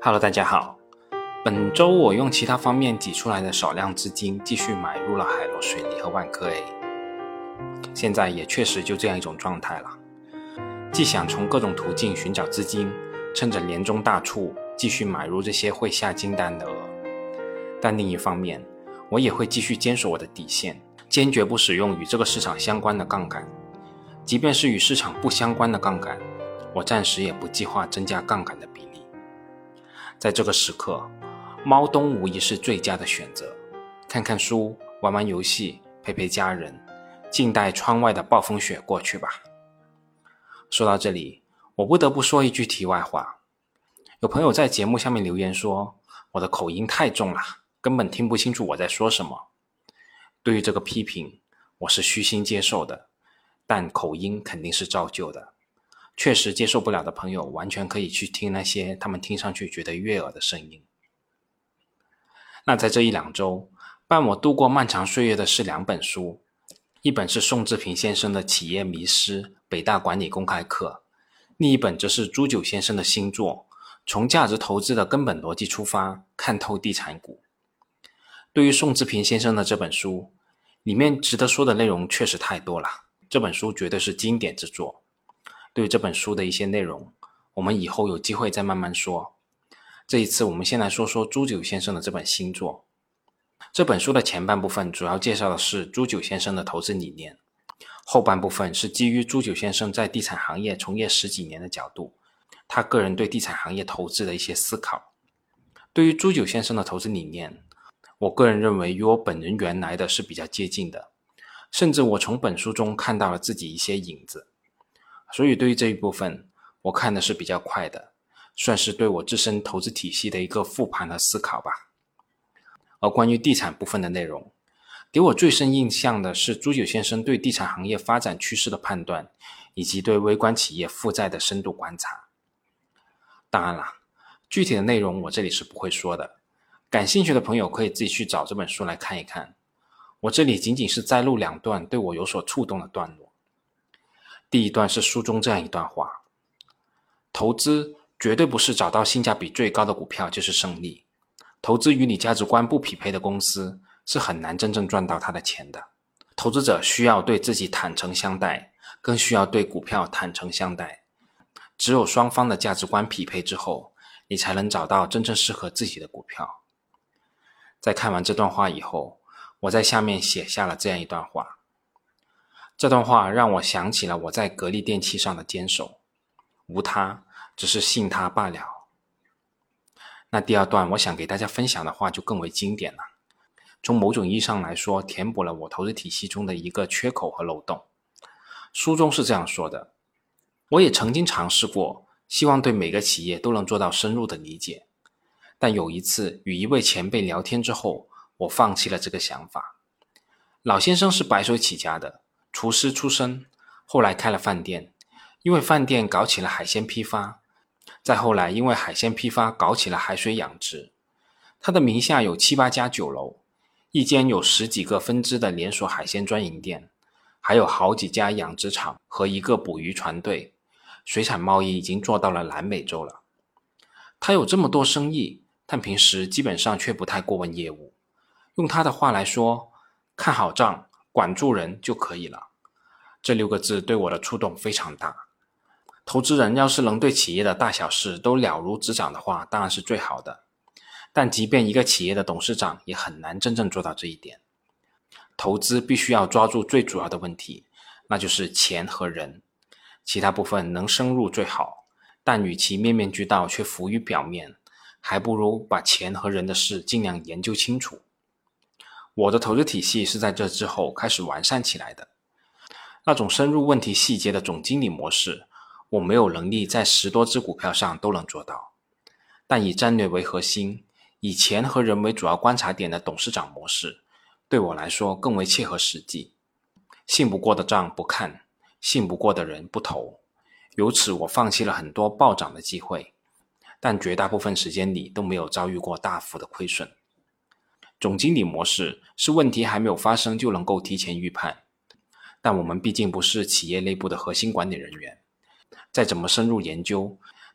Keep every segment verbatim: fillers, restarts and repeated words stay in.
Hello， 大家好。本周我用其他方面挤出来的少量资金继续买入了海螺水泥和万科 A， 现在也确实就这样一种状态了。既想从各种途径寻找资金，趁着年终大促继续买入这些会下金单的额，但另一方面，我也会继续坚守我的底线，坚决不使用与这个市场相关的杠杆。即便是与市场不相关的杠杆，我暂时也不计划增加杠杆的比例。在这个时刻，猫冬无疑是最佳的选择，看看书，玩玩游戏，陪陪家人，静待窗外的暴风雪过去吧。说到这里，我不得不说一句题外话。有朋友在节目下面留言说，我的口音太重了，根本听不清楚我在说什么。对于这个批评，我是虚心接受的，但口音肯定是照旧的。确实接受不了的朋友完全可以去听那些他们听上去觉得悦耳的声音。那在这一两周，伴我度过漫长岁月的是两本书，一本是宋志平先生的《企业迷思》北大管理公开课，另一本则是朱九先生的新作《从价值投资的根本逻辑出发，看透地产股》。对于宋志平先生的这本书，里面值得说的内容确实太多了，这本书绝对是经典之作。对于这本书的一些内容，我们以后有机会再慢慢说。这一次我们先来说说朱九先生的这本新作。这本书的前半部分主要介绍的是朱九先生的投资理念，后半部分是基于朱九先生在地产行业从业十几年的角度，他个人对地产行业投资的一些思考。对于朱九先生的投资理念，我个人认为与我本人原来的是比较接近的，甚至我从本书中看到了自己一些影子。所以对于这一部分，我看的是比较快的，算是对我自身投资体系的一个复盘和思考吧。而关于地产部分的内容，给我最深印象的是朱九先生对地产行业发展趋势的判断，以及对微观企业负债的深度观察。当然了，具体的内容我这里是不会说的，感兴趣的朋友可以自己去找这本书来看一看。我这里仅仅是摘录两段对我有所触动的段落。第一段是书中这样一段话：投资绝对不是找到性价比最高的股票就是胜利，投资与你价值观不匹配的公司是很难真正赚到他的钱的。投资者需要对自己坦诚相待，更需要对股票坦诚相待。只有双方的价值观匹配之后，你才能找到真正适合自己的股票。在看完这段话以后，我在下面写下了这样一段话。这段话让我想起了我在格力电器上的坚守，无他，只是信他罢了。那第二段我想给大家分享的话就更为经典了，从某种意义上来说，填补了我投资体系中的一个缺口和漏洞。书中是这样说的：我也曾经尝试过，希望对每个企业都能做到深入的理解，但有一次与一位前辈聊天之后，我放弃了这个想法。老先生是白手起家的，厨师出身，后来开了饭店，因为饭店搞起了海鲜批发，再后来因为海鲜批发搞起了海水养殖。他的名下有七八家酒楼，一间有十几个分支的连锁海鲜专营店，还有好几家养殖场和一个捕鱼船队，水产贸易已经做到了南美洲了。他有这么多生意，但平时基本上却不太过问业务。用他的话来说，看好账，管住人就可以了。这六个字对我的触动非常大。投资人要是能对企业的大小事都了如指掌的话，当然是最好的。但即便一个企业的董事长也很难真正做到这一点。投资必须要抓住最主要的问题，那就是钱和人。其他部分能深入最好，但与其面面俱到却浮于表面，还不如把钱和人的事尽量研究清楚。我的投资体系是在这之后开始完善起来的。那种深入问题细节的总经理模式，我没有能力在十多只股票上都能做到。但以战略为核心，以钱和人为主要观察点的董事长模式，对我来说更为切合实际。信不过的账不看，信不过的人不投。由此我放弃了很多暴涨的机会，但绝大部分时间里都没有遭遇过大幅的亏损。总经理模式是问题还没有发生就能够提前预判，但我们毕竟不是企业内部的核心管理人员，再怎么深入研究，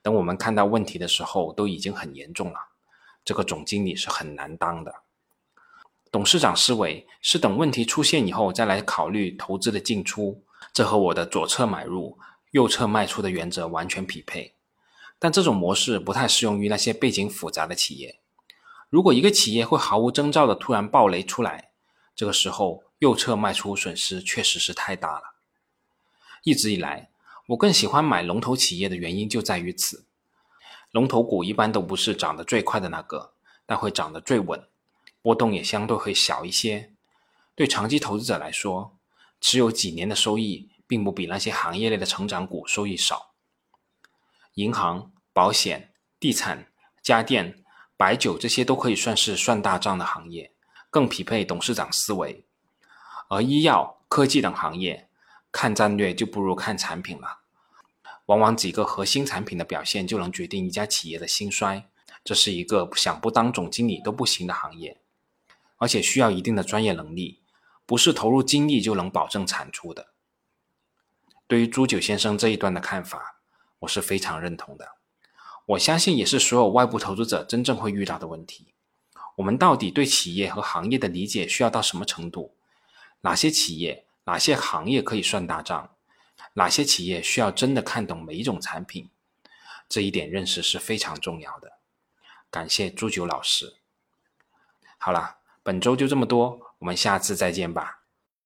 等我们看到问题的时候都已经很严重了，这个总经理是很难当的。董事长思维是等问题出现以后再来考虑投资的进出，这和我的左侧买入右侧卖出的原则完全匹配。但这种模式不太适用于那些背景复杂的企业。如果一个企业会毫无征兆的突然暴雷出来，这个时候右侧卖出损失确实是太大了。一直以来，我更喜欢买龙头企业的原因就在于此。龙头股一般都不是涨得最快的那个，但会涨得最稳，波动也相对会小一些。对长期投资者来说，持有几年的收益并不比那些行业类的成长股收益少。银行、保险、地产、家电、白酒这些都可以算是算大账的行业，更匹配董事长思维。而医药、科技等行业，看战略就不如看产品了。往往几个核心产品的表现就能决定一家企业的兴衰，这是一个想不当总经理都不行的行业，而且需要一定的专业能力，不是投入精力就能保证产出的。对于朱九先生这一段的看法，我是非常认同的。我相信也是所有外部投资者真正会遇到的问题。我们到底对企业和行业的理解需要到什么程度？哪些企业、哪些行业可以算大账？哪些企业需要真的看懂每一种产品？这一点认识是非常重要的。感谢朱九老师。好了，本周就这么多，我们下次再见吧。